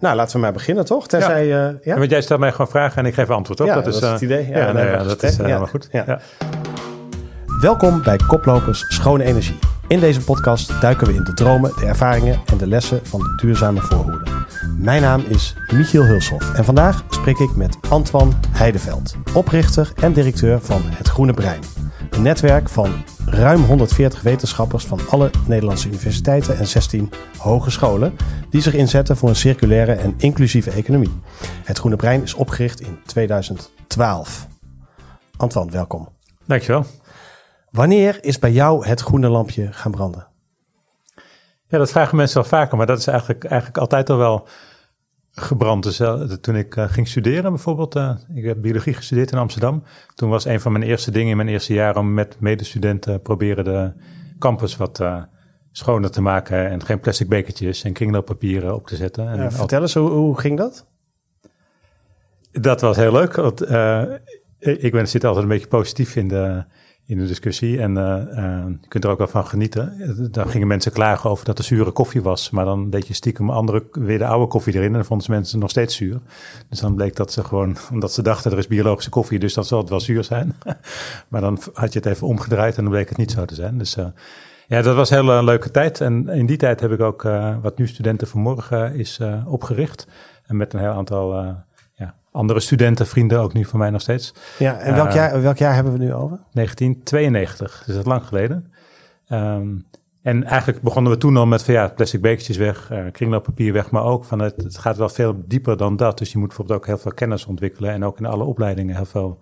Nou, laten we maar beginnen, toch? Tenzij, ja, want jij stelt mij gewoon vragen en ik geef antwoord, toch? Ja, dat is het idee. Dat is helemaal goed. Ja. Ja. Welkom bij Koplopers Schone Energie. In deze podcast duiken we in de dromen, de ervaringen en de lessen van de duurzame voorhoede. Mijn naam is Michiel Hulshoff en vandaag spreek ik met Antoine Heideveld, oprichter en directeur van Het Groene Brein. Een netwerk van ruim 140 wetenschappers van alle Nederlandse universiteiten en 16 hogescholen die zich inzetten voor een circulaire en inclusieve economie. Het Groene Brein is opgericht in 2012. Antoine, welkom. Dankjewel. Wanneer is bij jou het groene lampje gaan branden? Ja, dat vragen mensen wel vaker, maar dat is eigenlijk altijd al wel gebrand. Dus toen ik ging studeren bijvoorbeeld, ik heb biologie gestudeerd in Amsterdam. Toen was een van mijn eerste dingen in mijn eerste jaar om met medestudenten proberen de campus wat schoner te maken en geen plastic bekertjes en kringlooppapieren op te zetten. En vertel eens, hoe ging dat? Dat was heel leuk, want ik zit altijd een beetje positief in de discussie en je kunt er ook wel van genieten. Dan gingen mensen klagen over dat er zure koffie was, maar dan deed je stiekem weer de oude koffie erin en dan vonden mensen nog steeds zuur. Dus dan bleek dat ze gewoon, omdat ze dachten er is biologische koffie, dus dat zal het wel zuur zijn. Maar dan had je het even omgedraaid en dan bleek het niet zo te zijn. Dus ja, dat was een hele leuke tijd. En in die tijd heb ik ook wat nu Studenten voor Morgen is opgericht. En met een heel aantal andere studenten, vrienden ook nu van mij nog steeds. Ja, en welk jaar hebben we nu over? 1992, dus dat is lang geleden. En eigenlijk begonnen we toen al met van plastic bekertjes weg, kringlooppapier weg, maar ook van het gaat wel veel dieper dan dat. Dus je moet bijvoorbeeld ook heel veel kennis ontwikkelen en ook in alle opleidingen heel veel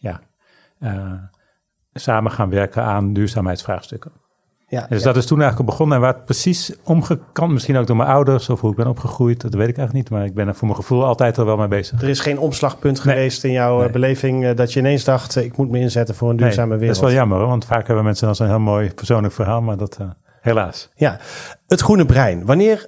samen gaan werken aan duurzaamheidsvraagstukken. Ja, dus dat is toen eigenlijk begonnen. En waar het precies omgekant, misschien ook door mijn ouders of hoe ik ben opgegroeid, dat weet ik eigenlijk niet. Maar ik ben er voor mijn gevoel altijd al wel mee bezig. Er is geen omslagpunt geweest in jouw beleving dat je ineens dacht, ik moet me inzetten voor een duurzame wereld. Dat is wel jammer, hoor, want vaak hebben mensen dan zo'n heel mooi persoonlijk verhaal, maar dat helaas. Ja, Het Groene Brein. Wanneer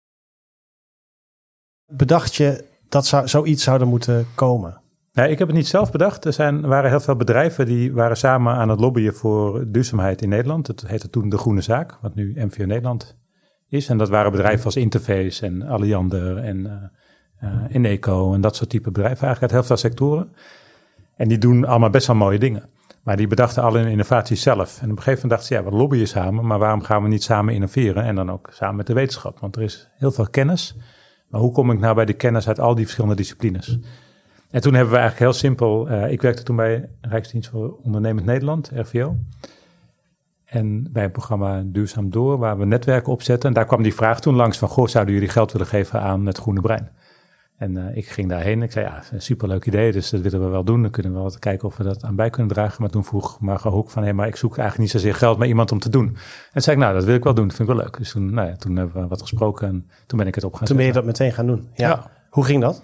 bedacht je dat zoiets zou er moeten komen? Ja, ik heb het niet zelf bedacht. Waren heel veel bedrijven die waren samen aan het lobbyen voor duurzaamheid in Nederland. Het heette toen De Groene Zaak, wat nu MVO Nederland is. En dat waren bedrijven als Interface en Alliander en Eneco en dat soort type bedrijven. Eigenlijk uit heel veel sectoren. En die doen allemaal best wel mooie dingen. Maar die bedachten alle hun innovaties zelf. En op een gegeven moment dachten ze, we lobbyen samen, maar waarom gaan we niet samen innoveren? En dan ook samen met de wetenschap. Want er is heel veel kennis. Maar hoe kom ik nou bij de kennis uit al die verschillende disciplines? En toen hebben we eigenlijk heel simpel, ik werkte toen bij Rijksdienst voor Ondernemend Nederland, RVO. En bij een programma Duurzaam Door, waar we netwerken opzetten. En daar kwam die vraag toen langs van, zouden jullie geld willen geven aan het Groene Brein? En ik ging daarheen. Ik zei, een superleuk idee, dus dat willen we wel doen. Dan kunnen we wel kijken of we dat aan bij kunnen dragen. Maar toen vroeg Marga Hoek van, maar ik zoek eigenlijk niet zozeer geld, maar iemand om te doen. En zei ik, dat wil ik wel doen, dat vind ik wel leuk. Dus toen hebben we wat gesproken en toen ben ik het op gaan zetten. Toen ben je dat meteen gaan doen? Ja. Hoe ging dat?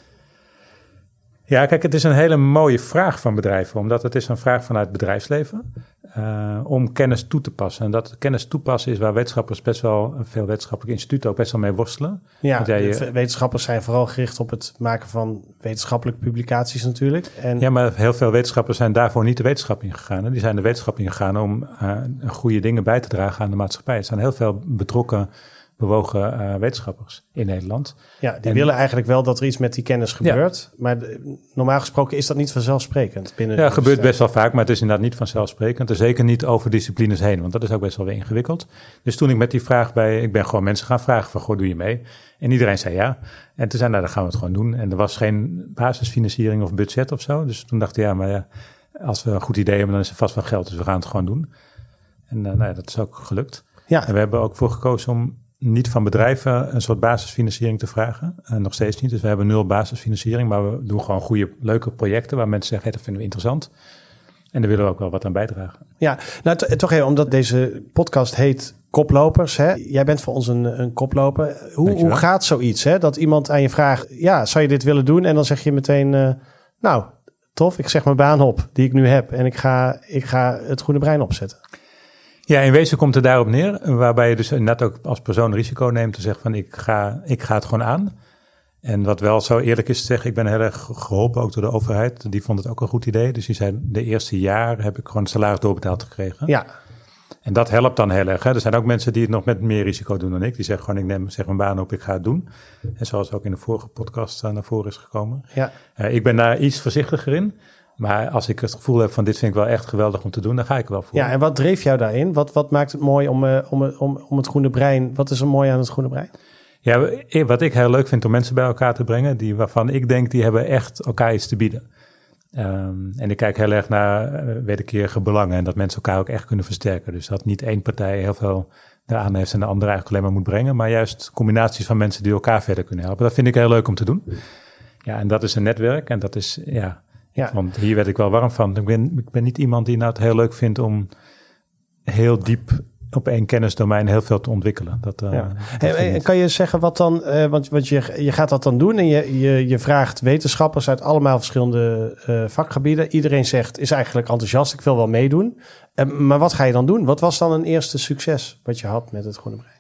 Ja, kijk, het is een hele mooie vraag van bedrijven, omdat het is een vraag vanuit het bedrijfsleven om kennis toe te passen. En dat kennis toepassen is waar wetenschappers veel wetenschappelijke instituten ook best wel mee worstelen. Ja, wetenschappers zijn vooral gericht op het maken van wetenschappelijke publicaties natuurlijk. Ja, maar heel veel wetenschappers zijn daarvoor niet de wetenschap ingegaan. Hè? Die zijn de wetenschap ingegaan om goede dingen bij te dragen aan de maatschappij. Er zijn heel veel bewogen wetenschappers in Nederland. Ja, die willen eigenlijk wel dat er iets met die kennis gebeurt. Ja. Maar normaal gesproken is dat niet vanzelfsprekend. Het gebeurt best wel vaak, maar het is inderdaad niet vanzelfsprekend. En zeker niet over disciplines heen, want dat is ook best wel weer ingewikkeld. Dus toen ik met die vraag ik ben gewoon mensen gaan vragen van, doe je mee? En iedereen zei ja. En toen zei dan gaan we het gewoon doen. En er was geen basisfinanciering of budget of zo. Dus toen dacht ik, als we een goed idee hebben, dan is er vast wel geld. Dus we gaan het gewoon doen. En dat is ook gelukt. Ja. En we hebben ook voor gekozen om niet van bedrijven een soort basisfinanciering te vragen. Nog steeds niet. Dus we hebben 0 basisfinanciering. Maar we doen gewoon goede, leuke projecten waar mensen zeggen, dat vinden we interessant. En daar willen we ook wel wat aan bijdragen. Ja, toch even, omdat deze podcast heet Koplopers. Hè? Jij bent voor ons een koploper. Hoe gaat zoiets? Hè? Dat iemand aan je vraagt, zou je dit willen doen? En dan zeg je meteen, tof, ik zeg mijn baan op die ik nu heb. En ik ga het Groene Brein opzetten. Ja, in wezen komt het daarop neer, waarbij je dus net ook als persoon risico neemt te zeggen van ik ga het gewoon aan. En wat wel zo eerlijk is te zeggen, ik ben heel erg geholpen ook door de overheid. Die vond het ook een goed idee. Dus die zei, de eerste jaar heb ik gewoon het salaris doorbetaald gekregen. Ja. En dat helpt dan heel erg. Hè. Er zijn ook mensen die het nog met meer risico doen dan ik. Die zeggen gewoon, ik neem mijn baan op, ik ga het doen. En zoals ook in de vorige podcast naar voren is gekomen. Ja. Ik ben daar iets voorzichtiger in. Maar als ik het gevoel heb van dit vind ik wel echt geweldig om te doen, dan ga ik er wel voor. Ja, en wat dreef jou daarin? Wat maakt het mooi om het groene brein? Wat is er mooi aan het groene brein? Ja, wat ik heel leuk vind om mensen bij elkaar te brengen, waarvan ik denk, die hebben echt elkaar iets te bieden. En ik kijk heel erg naar wederkerige belangen en dat mensen elkaar ook echt kunnen versterken. Dus dat niet één partij heel veel daaraan heeft en de andere eigenlijk alleen maar moet brengen, maar juist combinaties van mensen die elkaar verder kunnen helpen. Dat vind ik heel leuk om te doen. Ja, en dat is een netwerk en dat is, want hier werd ik wel warm van. Ik ben niet iemand die nou het heel leuk vindt om heel diep op één kennisdomein heel veel te ontwikkelen. En kan je zeggen wat dan, want je gaat dat dan doen en je vraagt wetenschappers uit allemaal verschillende vakgebieden. Iedereen is eigenlijk enthousiast, ik wil wel meedoen. Maar wat ga je dan doen? Wat was dan een eerste succes wat je had met het groene brein?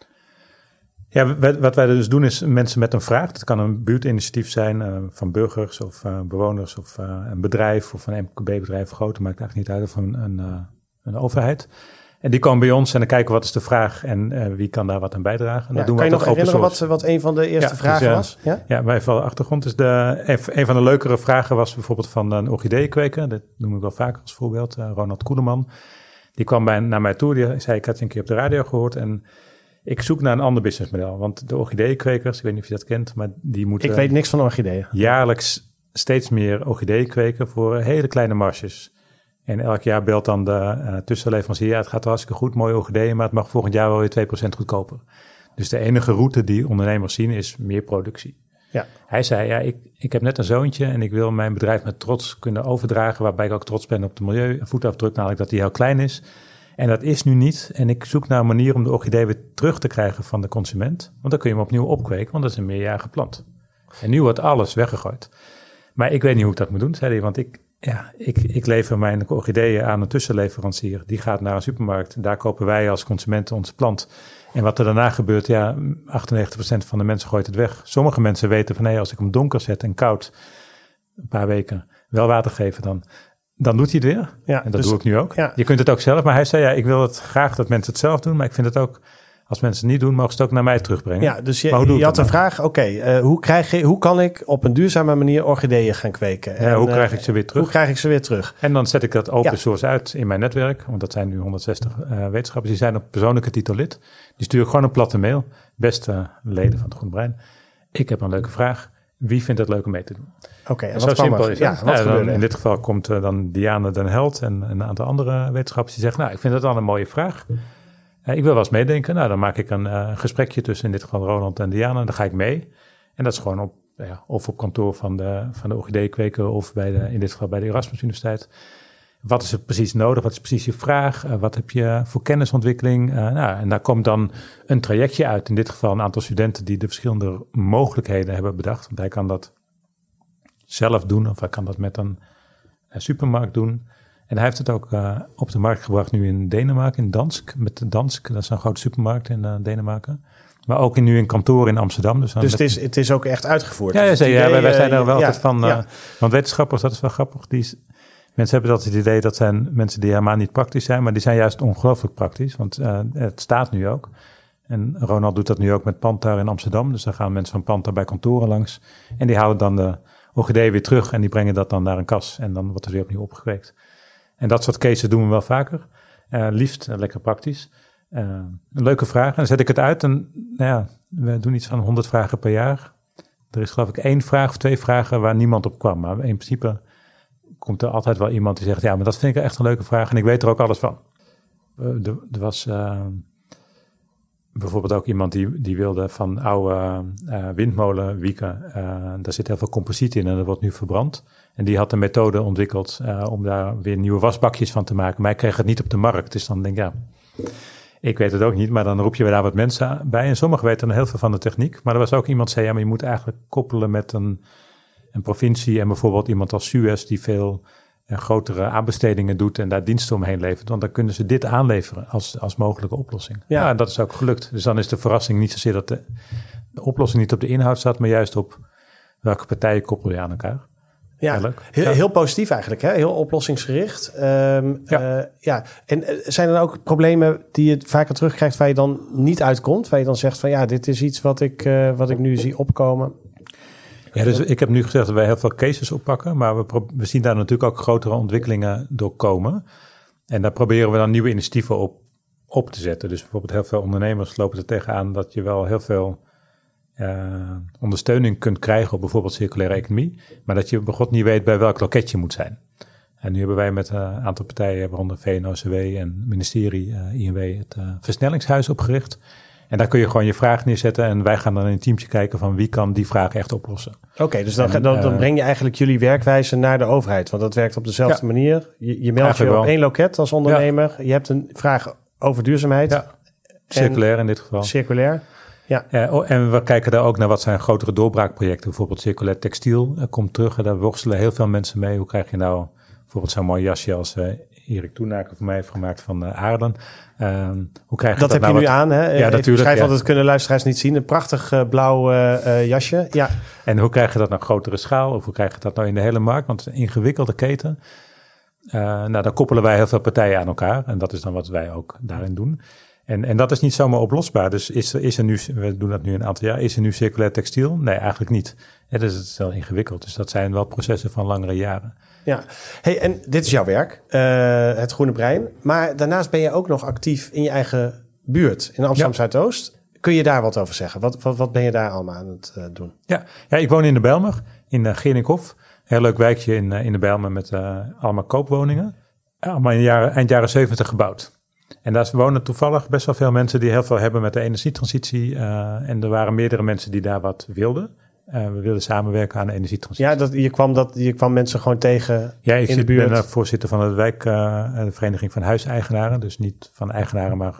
Ja, wat wij dus doen is mensen met een vraag. Dat kan een buurtinitiatief zijn van burgers of bewoners of een bedrijf of een MKB-bedrijf, groot, maakt eigenlijk niet uit, of een overheid. En die komen bij ons en dan kijken wat is de vraag en wie kan daar wat aan bijdragen. En dat doen kan we je nog herinneren wat een van de eerste vragen was? Ja, maar even achtergrond. Dus een van de leukere vragen was bijvoorbeeld van een orchideeënkweker. Dat noem ik wel vaker als voorbeeld. Ronald Koeleman. Die kwam naar mij toe. Die zei, ik had je een keer op de radio gehoord en ik zoek naar een ander businessmodel. Want de orchideeënkwekers, ik weet niet of je dat kent, maar die moeten... Ik weet niks van orchideeën. Jaarlijks steeds meer orchideeën kweken voor hele kleine marges. En elk jaar belt dan de tussenleverancier, het gaat hartstikke goed, mooie orchideeën, maar het mag volgend jaar wel weer 2% goedkoper. Dus de enige route die ondernemers zien is meer productie. Ja. Hij zei, ik heb net een zoontje en ik wil mijn bedrijf met trots kunnen overdragen, waarbij ik ook trots ben op de milieuvoetafdruk, namelijk dat die heel klein is. En dat is nu niet. En ik zoek naar een manier om de orchidee weer terug te krijgen van de consument. Want dan kun je hem opnieuw opkweken, want dat is een meerjarige plant. En nu wordt alles weggegooid. Maar ik weet niet hoe ik dat moet doen, zei hij, want ik lever mijn orchideeën aan een tussenleverancier. Die gaat naar een supermarkt. Daar kopen wij als consumenten onze plant. En wat er daarna gebeurt, 98% van de mensen gooit het weg. Sommige mensen weten van, als ik hem donker zet en koud, een paar weken wel water geven, dan doet hij het weer. Ja, en dat doe ik nu ook. Ja. Je kunt het ook zelf, maar hij zei, ik wil het graag dat mensen het zelf doen, maar ik vind het ook, als mensen het niet doen, mogen ze het ook naar mij terugbrengen. Ja, dus je had een vraag, hoe kan ik op een duurzame manier orchideeën gaan kweken? En, hoe krijg ik ze weer terug? Hoe krijg ik ze weer terug? En dan zet ik dat open source uit in mijn netwerk, want dat zijn nu 160 wetenschappers, die zijn op persoonlijke titel lid. Die sturen gewoon een platte mail, beste leden van het Groene Brein. Ik heb een leuke vraag. Wie vindt het leuk om mee te doen? Oké, en zo wat simpel is het. Wat dan, in dit geval komt dan Diane den Held en een aantal andere wetenschappers die zeggen, ik vind dat wel een mooie vraag. Ik wil wel eens meedenken. Dan maak ik een gesprekje tussen in dit geval Ronald en Diane. Dan ga ik mee. En dat is gewoon of op kantoor van de orchideeënkweker of in dit geval bij de Erasmus Universiteit. Wat is er precies nodig? Wat is precies je vraag? Wat heb je voor kennisontwikkeling? En daar komt dan een trajectje uit. In dit geval een aantal studenten die de verschillende mogelijkheden hebben bedacht. Want hij kan dat zelf doen of hij kan dat met een supermarkt doen. En hij heeft het ook op de markt gebracht nu in Denemarken, in Dansk. Met Dansk, dat is een grote supermarkt in Denemarken. Maar ook nu in kantoor in Amsterdam. Dus het is ook echt uitgevoerd? Ja, wij zijn er wel altijd van. Want wetenschappers, dat is wel grappig. Mensen hebben altijd het idee dat zijn mensen die helemaal niet praktisch zijn. Maar die zijn juist ongelooflijk praktisch. Want het staat nu ook. En Ronald doet dat nu ook met Pantar in Amsterdam. Dus dan gaan mensen van Pantar bij kantoren langs. En die houden dan de orchidee weer terug. En die brengen dat dan naar een kas. En dan wordt het weer opnieuw opgekweekt. En dat soort cases doen we wel vaker. Liefst lekker praktisch. Een leuke vraag. En dan zet ik het uit. En we doen iets van 100 vragen per jaar. Er is geloof ik 1 vraag of 2 vragen waar niemand op kwam. Maar in principe komt er altijd wel iemand die zegt, maar dat vind ik echt een leuke vraag. En ik weet er ook alles van. Er was bijvoorbeeld ook iemand die wilde van oude windmolenwieken. Daar zit heel veel composiet in en dat wordt nu verbrand. En die had een methode ontwikkeld om daar weer nieuwe wasbakjes van te maken. Maar hij kreeg het niet op de markt. Dus dan denk ik, ik weet het ook niet. Maar dan roep je daar wat mensen bij. En sommigen weten dan heel veel van de techniek. Maar er was ook iemand die zei, maar je moet eigenlijk koppelen met een provincie. En bijvoorbeeld iemand als Suez die veel grotere aanbestedingen doet en daar diensten omheen levert. Want dan kunnen ze dit aanleveren als mogelijke oplossing. Ja, en dat is ook gelukt. Dus dan is de verrassing niet zozeer dat de oplossing niet op de inhoud staat, maar juist op welke partijen koppel je aan elkaar. Ja, heel positief eigenlijk, hè? Heel oplossingsgericht. En zijn er ook problemen die je vaker terugkrijgt waar je dan niet uitkomt? Waar je dan zegt van dit is iets wat ik nu zie opkomen. Ja, dus ik heb nu gezegd dat wij heel veel cases oppakken, maar we zien daar natuurlijk ook grotere ontwikkelingen door komen. En daar proberen we dan nieuwe initiatieven op te zetten. Dus bijvoorbeeld heel veel ondernemers lopen er tegenaan dat je wel heel veel ondersteuning kunt krijgen op bijvoorbeeld circulaire economie, maar dat je begot niet weet bij welk loket je moet zijn. En nu hebben wij met een aantal partijen, waaronder VNO-NCW en ministerie INW, het versnellingshuis opgericht. En daar kun je gewoon je vraag neerzetten en wij gaan dan in een teamtje kijken van wie kan die vraag echt oplossen. Oké, dus dan breng je eigenlijk jullie werkwijze naar de overheid, want dat werkt op dezelfde manier. Je meldt je op één loket als ondernemer, je hebt een vraag over duurzaamheid. Ja. Circulair in dit geval. Circulair. Ja. En we kijken daar ook naar wat zijn grotere doorbraakprojecten. Bijvoorbeeld circulair textiel komt terug. En daar worstelen heel veel mensen mee. Hoe krijg je nou bijvoorbeeld zo'n mooi jasje als Erik Toenaker voor mij heeft gemaakt van Aarden. Hoe krijg je dat heb je nu aan, hè? Ja, natuurlijk. Want dat kunnen luisteraars niet zien. Een prachtig blauw jasje. Ja. En hoe krijg je dat nou grotere schaal? Of hoe krijg je dat nou in de hele markt? Want het is een ingewikkelde keten. Dan koppelen wij heel veel partijen aan elkaar. En dat is dan wat wij ook daarin doen. En dat is niet zomaar oplosbaar. Dus is er nu, we doen dat nu een aantal jaar, is er nu circulair textiel? Nee, eigenlijk niet. Dus het is wel ingewikkeld. Dus dat zijn wel processen van langere jaren. Ja, hey, en dit is jouw werk, het Groene Brein. Maar daarnaast ben je ook nog actief in je eigen buurt, in Amsterdam Zuidoost. Kun je daar wat over zeggen? Wat ben je daar allemaal aan het doen? Ja, ik woon in de Bijlmer, in Geerninkhof. Heel leuk wijkje in de Bijlmer met allemaal koopwoningen. Allemaal eind jaren 70 gebouwd. En daar wonen toevallig best wel veel mensen die heel veel hebben met de energietransitie. En er waren meerdere mensen die daar wat wilden. We wilden samenwerken aan de energietransitie. Ja, je kwam mensen gewoon tegen in de buurt. Ik ben voorzitter van de Vereniging van Huiseigenaren. Dus niet van eigenaren, maar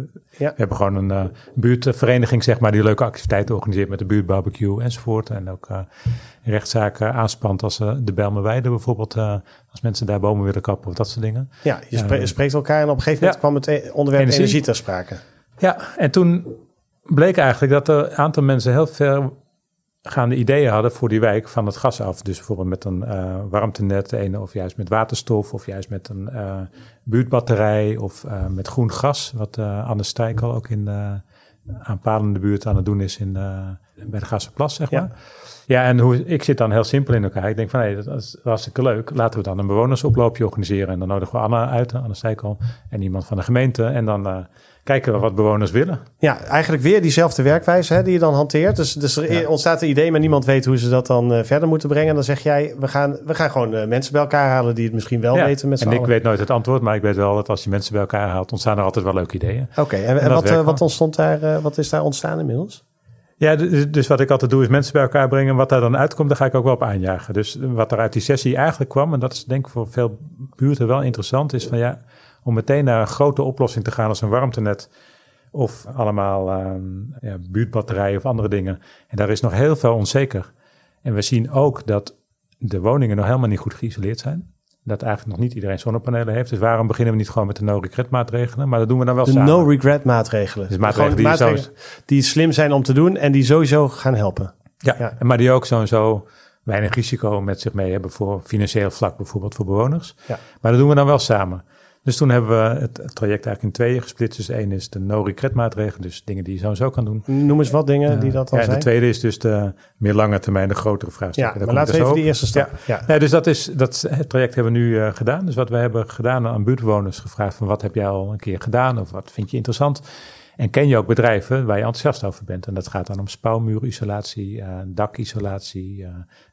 we hebben gewoon een buurtvereniging, zeg maar, die leuke activiteiten organiseert met de buurtbarbecue enzovoort. En ook rechtszaken aanspant als de Bijlmerweide bijvoorbeeld, als mensen daar bomen willen kappen of dat soort dingen. Ja, je spreekt elkaar en op een gegeven moment kwam het onderwerp energie ter sprake. Ja, en toen bleek eigenlijk dat er een aantal mensen heel veel gaande ideeën hadden voor die wijk van het gas af. Dus bijvoorbeeld met een warmtenet, of juist met waterstof, of juist met een buurtbatterij, of met groen gas, wat Anne Stijkel ook in aanpalende buurt aan het doen is bij de Gasserplas, zeg maar. Ja, en ik zit dan heel simpel in elkaar. Ik denk van, dat is hartstikke leuk. Laten we dan een bewonersoploopje organiseren. En dan nodigen we Anne uit, Anne Stijkel, en iemand van de gemeente. En dan kijken we wat bewoners willen. Ja, eigenlijk weer diezelfde werkwijze die je dan hanteert. Dus er ontstaat een idee, maar niemand weet hoe ze dat dan verder moeten brengen. En dan zeg jij, we gaan gewoon mensen bij elkaar halen die het misschien wel weten met z'n allen. En ik weet nooit het antwoord, maar ik weet wel dat als je mensen bij elkaar haalt, ontstaan er altijd wel leuke ideeën. Oké, en wat ontstond daar? Wat is daar ontstaan inmiddels? Ja, dus wat ik altijd doe is mensen bij elkaar brengen. Wat daar dan uitkomt, daar ga ik ook wel op aanjagen. Dus wat er uit die sessie eigenlijk kwam, en dat is denk ik voor veel buurten wel interessant, is van om meteen naar een grote oplossing te gaan als een warmtenet of allemaal buurtbatterijen of andere dingen. En daar is nog heel veel onzeker. En we zien ook dat de woningen nog helemaal niet goed geïsoleerd zijn. Dat eigenlijk nog niet iedereen zonnepanelen heeft. Dus waarom beginnen we niet gewoon met de no-regret maatregelen? Maar dat doen we dan wel samen. De no-regret maatregelen. Dus maatregelen die slim zijn om te doen en die sowieso gaan helpen. Ja. Maar die ook zo weinig risico met zich mee hebben voor financieel vlak, bijvoorbeeld voor bewoners. Ja. Maar dat doen we dan wel samen. Dus toen hebben we het traject eigenlijk in tweeën gesplitst. Dus één is de no-regret maatregel, dus dingen die je zo en zo kan doen. Noem eens wat dingen die dat dan zijn. En de tweede is dus de meer lange termijn, de grotere vraagstukken. Ja, maar laten we even die eerste stap. Ja, dus het traject hebben we nu gedaan. Dus wat we hebben gedaan aan buurtbewoners gevraagd van wat heb jij al een keer gedaan of wat vind je interessant? En ken je ook bedrijven waar je enthousiast over bent? En dat gaat dan om spouwmuurisolatie, dakisolatie,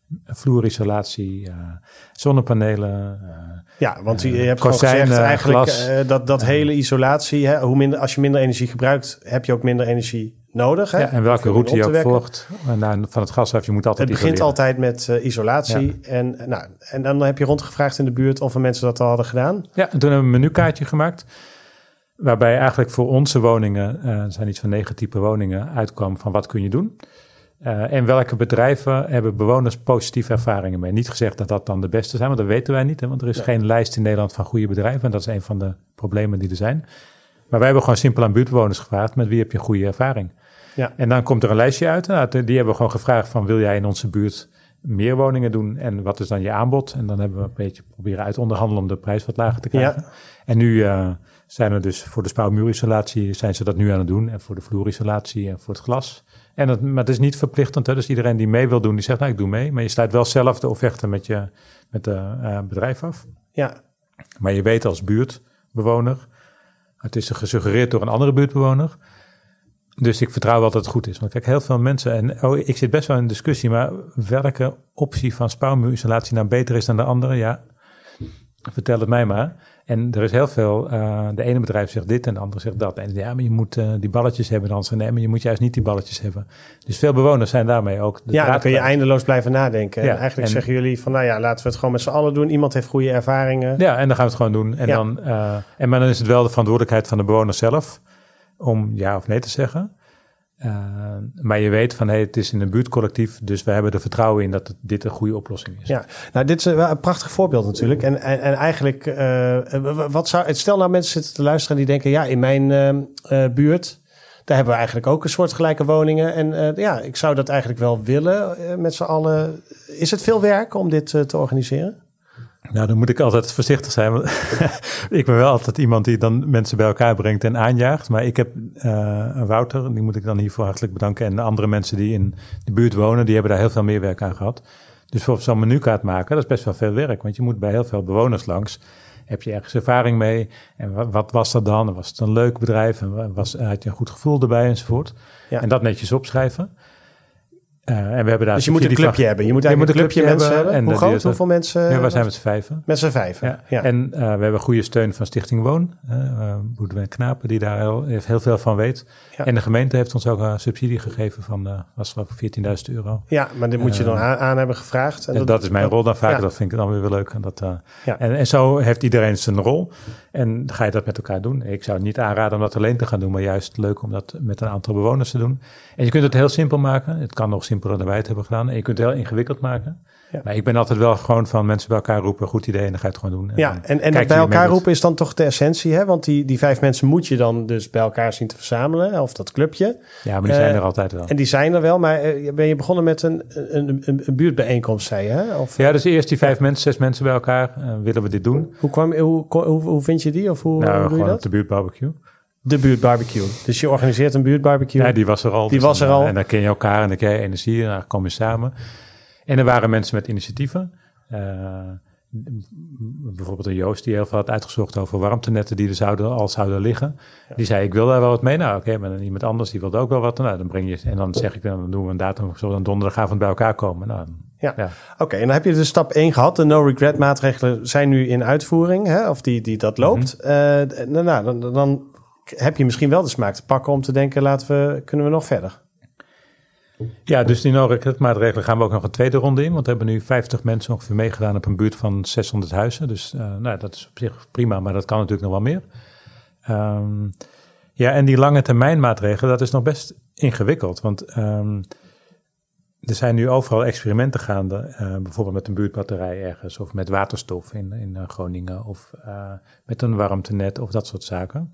vloerisolatie, zonnepanelen. Want je hebt gewoon gezegd eigenlijk dat hele isolatie, als je minder energie gebruikt, heb je ook minder energie nodig. Hè? Ja, en welke route je ook volgt van het gas af, je moet altijd isoleren. Het begint altijd met isolatie. Ja. En dan heb je rondgevraagd in de buurt of er mensen dat al hadden gedaan. Ja, en toen hebben we een menukaartje gemaakt. Waarbij eigenlijk voor onze woningen, er zijn iets van 9 typen woningen, uitkwam van wat kun je doen. En welke bedrijven hebben bewoners positieve ervaringen mee. Niet gezegd dat dat dan de beste zijn, want dat weten wij niet. Hè, want er is geen lijst in Nederland van goede bedrijven. En dat is een van de problemen die er zijn. Maar wij hebben gewoon simpel aan buurtbewoners gevraagd, met wie heb je goede ervaring. Ja. En dan komt er een lijstje uit. Die hebben we gewoon gevraagd van wil jij in onze buurt meer woningen doen en wat is dan je aanbod? En dan hebben we een beetje proberen uit onderhandelen om de prijs wat lager te krijgen. Ja. En nu zijn we dus voor de spouwmuurisolatie zijn ze dat nu aan het doen en voor de vloerisolatie en voor het glas. Maar het is niet verplichtend, hè? Dus iedereen die mee wil doen, die zegt ik doe mee. Maar je sluit wel zelf de offerte met de bedrijf af. Ja. Maar je weet als buurtbewoner, het is gesuggereerd door een andere buurtbewoner. Dus ik vertrouw wel dat het goed is. Want kijk, heel veel mensen, en ik zit best wel in discussie, maar welke optie van spouwmuurisolatie nou beter is dan de andere? Ja, vertel het mij maar. En er is heel veel, de ene bedrijf zegt dit en de andere zegt dat. En ja, maar je moet die balletjes hebben. Dan nee, maar je moet juist niet die balletjes hebben. Dus veel bewoners zijn daarmee ook. Dan kun je eindeloos blijven nadenken. Ja, en eigenlijk zeggen jullie van, laten we het gewoon met z'n allen doen. Iemand heeft goede ervaringen. Ja, en dan gaan we het gewoon doen. En maar dan is het wel de verantwoordelijkheid van de bewoner zelf om ja of nee te zeggen. Maar je weet van, het is in een buurtcollectief, dus we hebben er vertrouwen in dat dit een goede oplossing is. Ja, nou dit is wel een prachtig voorbeeld natuurlijk. En eigenlijk, stel nou mensen zitten te luisteren die denken, in mijn buurt, daar hebben we eigenlijk ook een soortgelijke woningen. En ik zou dat eigenlijk wel willen met z'n allen. Is het veel werk om dit te organiseren? Nou, dan moet ik altijd voorzichtig zijn. Want ik ben wel altijd iemand die dan mensen bij elkaar brengt en aanjaagt. Maar ik heb Wouter, die moet ik dan hiervoor hartelijk bedanken. En de andere mensen die in de buurt wonen, die hebben daar heel veel meer werk aan gehad. Dus voor zo'n menukaart maken, dat is best wel veel werk. Want je moet bij heel veel bewoners langs. Heb je ergens ervaring mee? En wat was dat dan? Was het een leuk bedrijf? En had je een goed gevoel erbij enzovoort? Ja. En dat netjes opschrijven. En we hebben daar dus je moet een clubje hebben. Je moet eigenlijk een clubje mensen hebben. En hoe groot? Hoeveel mensen? Ja, wij zijn met z'n vijven. Met z'n vijven, ja. En we hebben goede steun van Stichting Woon. Boudewijn Knapen, die daar heel veel van weet. Ja. En de gemeente heeft ons ook een subsidie gegeven van, was geloof ik €14.000. Ja, maar dit moet je dan aan hebben gevraagd. En dat is mijn rol dan vaak. Ja. Dat vind ik dan weer leuk. En zo heeft iedereen zijn rol. En ga je dat met elkaar doen. Ik zou het niet aanraden om dat alleen te gaan doen, maar juist leuk om dat met een aantal bewoners te doen. En je kunt het heel simpel maken. Het kan nog simpeler dan wij het hebben gedaan. En je kunt het heel ingewikkeld maken. Ja. Maar ik ben altijd wel gewoon van mensen bij elkaar roepen, goed idee, en dan ga je het gewoon doen. En bij elkaar roepen is dan toch de essentie, hè? Want die 5 mensen moet je dan dus bij elkaar zien te verzamelen, of dat clubje. Ja, maar die zijn er altijd wel. En die zijn er wel, maar ben je begonnen met een buurtbijeenkomst, zei je, hè? Of, ja, dus eerst die 5 mensen, 6 mensen bij elkaar, willen we dit doen. Hoe vind je die? Of hoe doe je dat? Gewoon de buurtbarbecue. De buurtbarbecue. Dus je organiseert een buurtbarbecue. Ja, die was er al. En dan ken je elkaar en dan krijg je energie en dan kom je samen. En er waren mensen met initiatieven. Bijvoorbeeld een Joost die heel veel had uitgezocht over warmtenetten die er al zouden liggen. Ja. Die zei, ik wil daar wel wat mee. Nou, oké, maar dan iemand anders die wilde ook wel wat. Nou, dan breng je. En dan zeg ik, dan doen we een datum, zo dan donderdagavond bij elkaar komen. Nou, ja. Oké, en dan heb je dus stap 1 gehad. De no-regret maatregelen zijn nu in uitvoering, hè? Of die dat loopt. Dan heb je misschien wel de smaak te pakken om te denken, kunnen we nog verder? Ja, dus die no-regret-maatregelen gaan we ook nog een tweede ronde in. Want we hebben nu 50 mensen ongeveer meegedaan op een buurt van 600 huizen. Dus dat is op zich prima, maar dat kan natuurlijk nog wel meer. En die lange termijn maatregelen, dat is nog best ingewikkeld. Want er zijn nu overal experimenten gaande. Bijvoorbeeld met een buurtbatterij ergens. Of met waterstof in Groningen. Of met een warmtenet of dat soort zaken.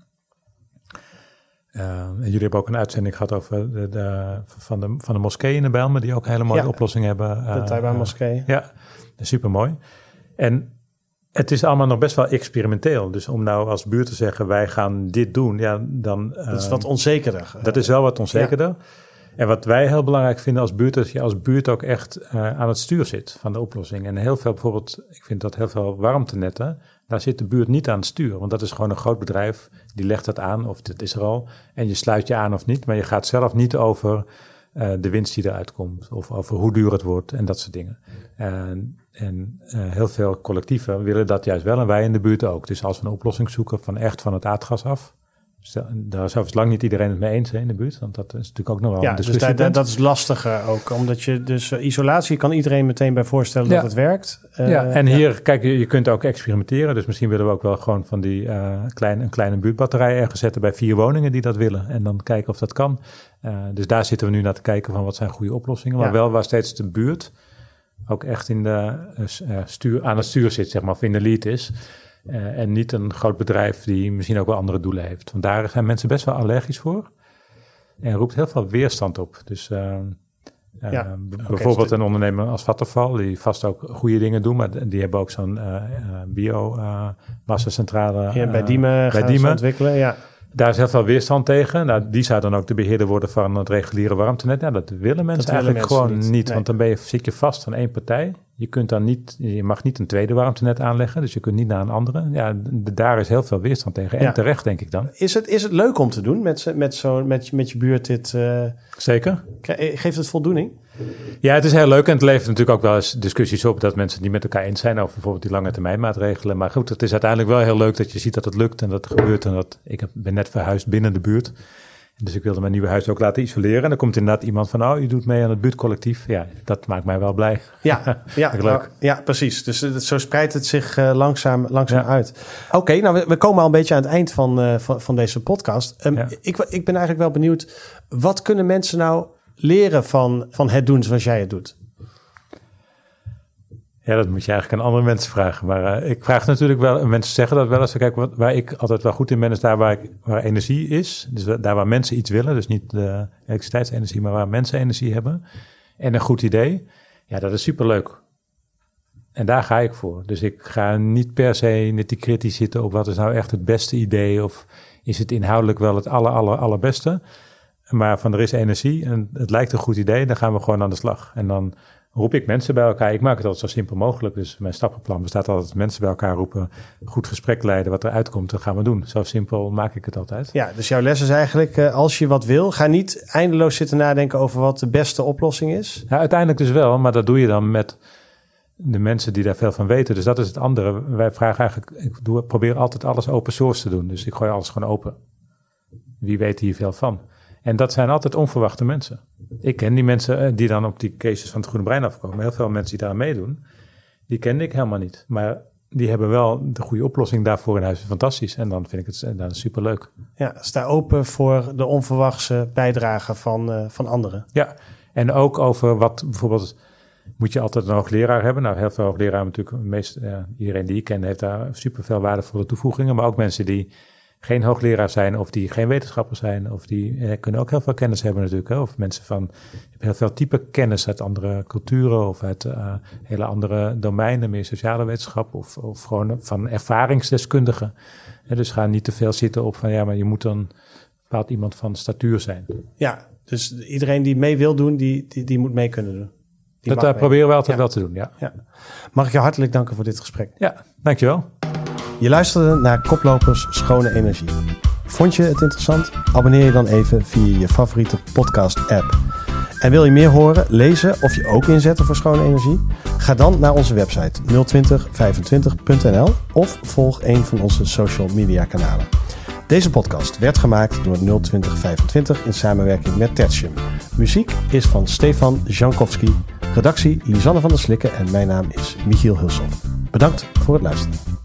En jullie hebben ook een uitzending gehad over van de moskee in de Bijlmer, die ook een hele mooie oplossing hebben. De Taiba moskee. Ja, dat is supermooi. En het is allemaal nog best wel experimenteel. Dus om nou als buurt te zeggen, wij gaan dit doen, dan... dat is wat onzekerder. Dat is wel wat onzekerder. Ja. En wat wij heel belangrijk vinden als buurt, is dat je als buurt ook echt aan het stuur zit van de oplossing. En heel veel bijvoorbeeld, ik vind dat heel veel warmtenetten, daar zit de buurt niet aan het stuur. Want dat is gewoon een groot bedrijf, die legt dat aan, of dit is er al. En je sluit je aan of niet, maar je gaat zelf niet over de winst die eruit komt. Of over hoe duur het wordt en dat soort dingen. En heel veel collectieven willen dat juist wel en wij in de buurt ook. Dus als we een oplossing zoeken van het aardgas af, daar zou lang niet iedereen het mee eens zijn in de buurt. Want dat is natuurlijk ook nog wel een discussie. Dus dat is lastiger ook. Omdat je dus isolatie kan iedereen meteen bij voorstellen dat het werkt. En hier, kijk, je kunt ook experimenteren. Dus misschien willen we ook wel gewoon van die een kleine buurtbatterij ergens zetten bij 4 woningen die dat willen. En dan kijken of dat kan. Dus daar zitten we nu naar te kijken van wat zijn goede oplossingen. Maar wel waar steeds de buurt ook echt in aan het stuur zit, zeg maar, of in de lead is. En niet een groot bedrijf die misschien ook wel andere doelen heeft. Want daar zijn mensen best wel allergisch voor. En roept heel veel weerstand op. Dus Bijvoorbeeld een ondernemer als Vattenfall, die vast ook goede dingen doen, maar die hebben ook zo'n biomassacentrale bij Diemen gaan ze ontwikkelen, ja. Daar is heel veel weerstand tegen. Nou, die zou dan ook de beheerder worden van het reguliere warmtenet. Ja, dat willen mensen eigenlijk gewoon niet. Nee. Want dan zit je vast aan één partij. Je mag niet een tweede warmtenet aanleggen. Dus je kunt niet naar een andere. Ja, daar is heel veel weerstand tegen. En terecht, denk ik dan. Is het leuk om te doen met je buurt dit? Zeker. Geeft het voldoening? Ja, het is heel leuk en het levert natuurlijk ook wel eens discussies op dat mensen het niet met elkaar eens zijn over bijvoorbeeld die lange termijn maatregelen. Maar goed, het is uiteindelijk wel heel leuk dat je ziet dat het lukt en dat het gebeurt. En ik ben net verhuisd binnen de buurt. Dus ik wilde mijn nieuwe huis ook laten isoleren. En dan komt inderdaad iemand van, u doet mee aan het buurtcollectief. Ja, dat maakt mij wel blij. Ja, leuk. Ja, precies. Dus zo spreidt het zich langzaam uit. Oké, nou we komen al een beetje aan het eind van deze podcast. Ik ben eigenlijk wel benieuwd, wat kunnen mensen nou leren van het doen zoals jij het doet? Ja, dat moet je eigenlijk aan andere mensen vragen. Maar ik vraag natuurlijk wel, mensen zeggen dat wel eens. Kijk, waar ik altijd wel goed in ben, is daar waar energie is. Dus daar waar mensen iets willen. Dus niet de elektriciteitsenergie, maar waar mensen energie hebben. En een goed idee. Ja, dat is superleuk. En daar ga ik voor. Dus ik ga niet per se kritisch zitten op wat is nou echt het beste idee. Of is het inhoudelijk wel het allerbeste. Maar van er is energie en het lijkt een goed idee. Dan gaan we gewoon aan de slag. En dan roep ik mensen bij elkaar. Ik maak het altijd zo simpel mogelijk. Dus mijn stappenplan bestaat altijd mensen bij elkaar roepen. Goed gesprek leiden. Wat eruit komt, dat gaan we doen. Zo simpel maak ik het altijd. Ja, dus jouw les is eigenlijk, als je wat wil, ga niet eindeloos zitten nadenken over wat de beste oplossing is. Ja, uiteindelijk dus wel. Maar dat doe je dan met de mensen die daar veel van weten. Dus dat is het andere. Wij vragen eigenlijk, ik probeer altijd alles open source te doen. Dus ik gooi alles gewoon open. Wie weet hier veel van? En dat zijn altijd onverwachte mensen. Ik ken die mensen die dan op die cases van het Groene Brein afkomen. Heel veel mensen die daar aan meedoen, die kende ik helemaal niet. Maar die hebben wel de goede oplossing daarvoor in huis. Fantastisch. En dan vind ik het superleuk. Ja, sta open voor de onverwachte bijdrage van anderen. Ja, en ook over wat bijvoorbeeld, moet je altijd een hoogleraar hebben. Nou, heel veel hoogleraren natuurlijk. Iedereen die ik ken heeft daar superveel waardevolle toevoegingen. Maar ook mensen die geen hoogleraar zijn of die geen wetenschapper zijn. Of die kunnen ook heel veel kennis hebben natuurlijk. Hè? Of mensen van heel veel type kennis uit andere culturen of uit hele andere domeinen, meer sociale wetenschap of gewoon van ervaringsdeskundigen. Dus ga niet te veel zitten op van maar je moet dan bepaald iemand van statuur zijn. Ja, dus iedereen die mee wil doen, die moet mee kunnen doen. Dat proberen we altijd wel te doen, ja. Mag ik jou hartelijk danken voor dit gesprek. Ja, dankjewel. Je luisterde naar Koplopers Schone Energie. Vond je het interessant? Abonneer je dan even via je favoriete podcast-app. En wil je meer horen, lezen of je ook inzetten voor schone energie? Ga dan naar onze website 02025.nl of volg een van onze social media kanalen. Deze podcast werd gemaakt door 02025 in samenwerking met Tertium. Muziek is van Stefan Jankowski. Redactie Lisanne van der Slikken en mijn naam is Michiel Hulshoff. Bedankt voor het luisteren.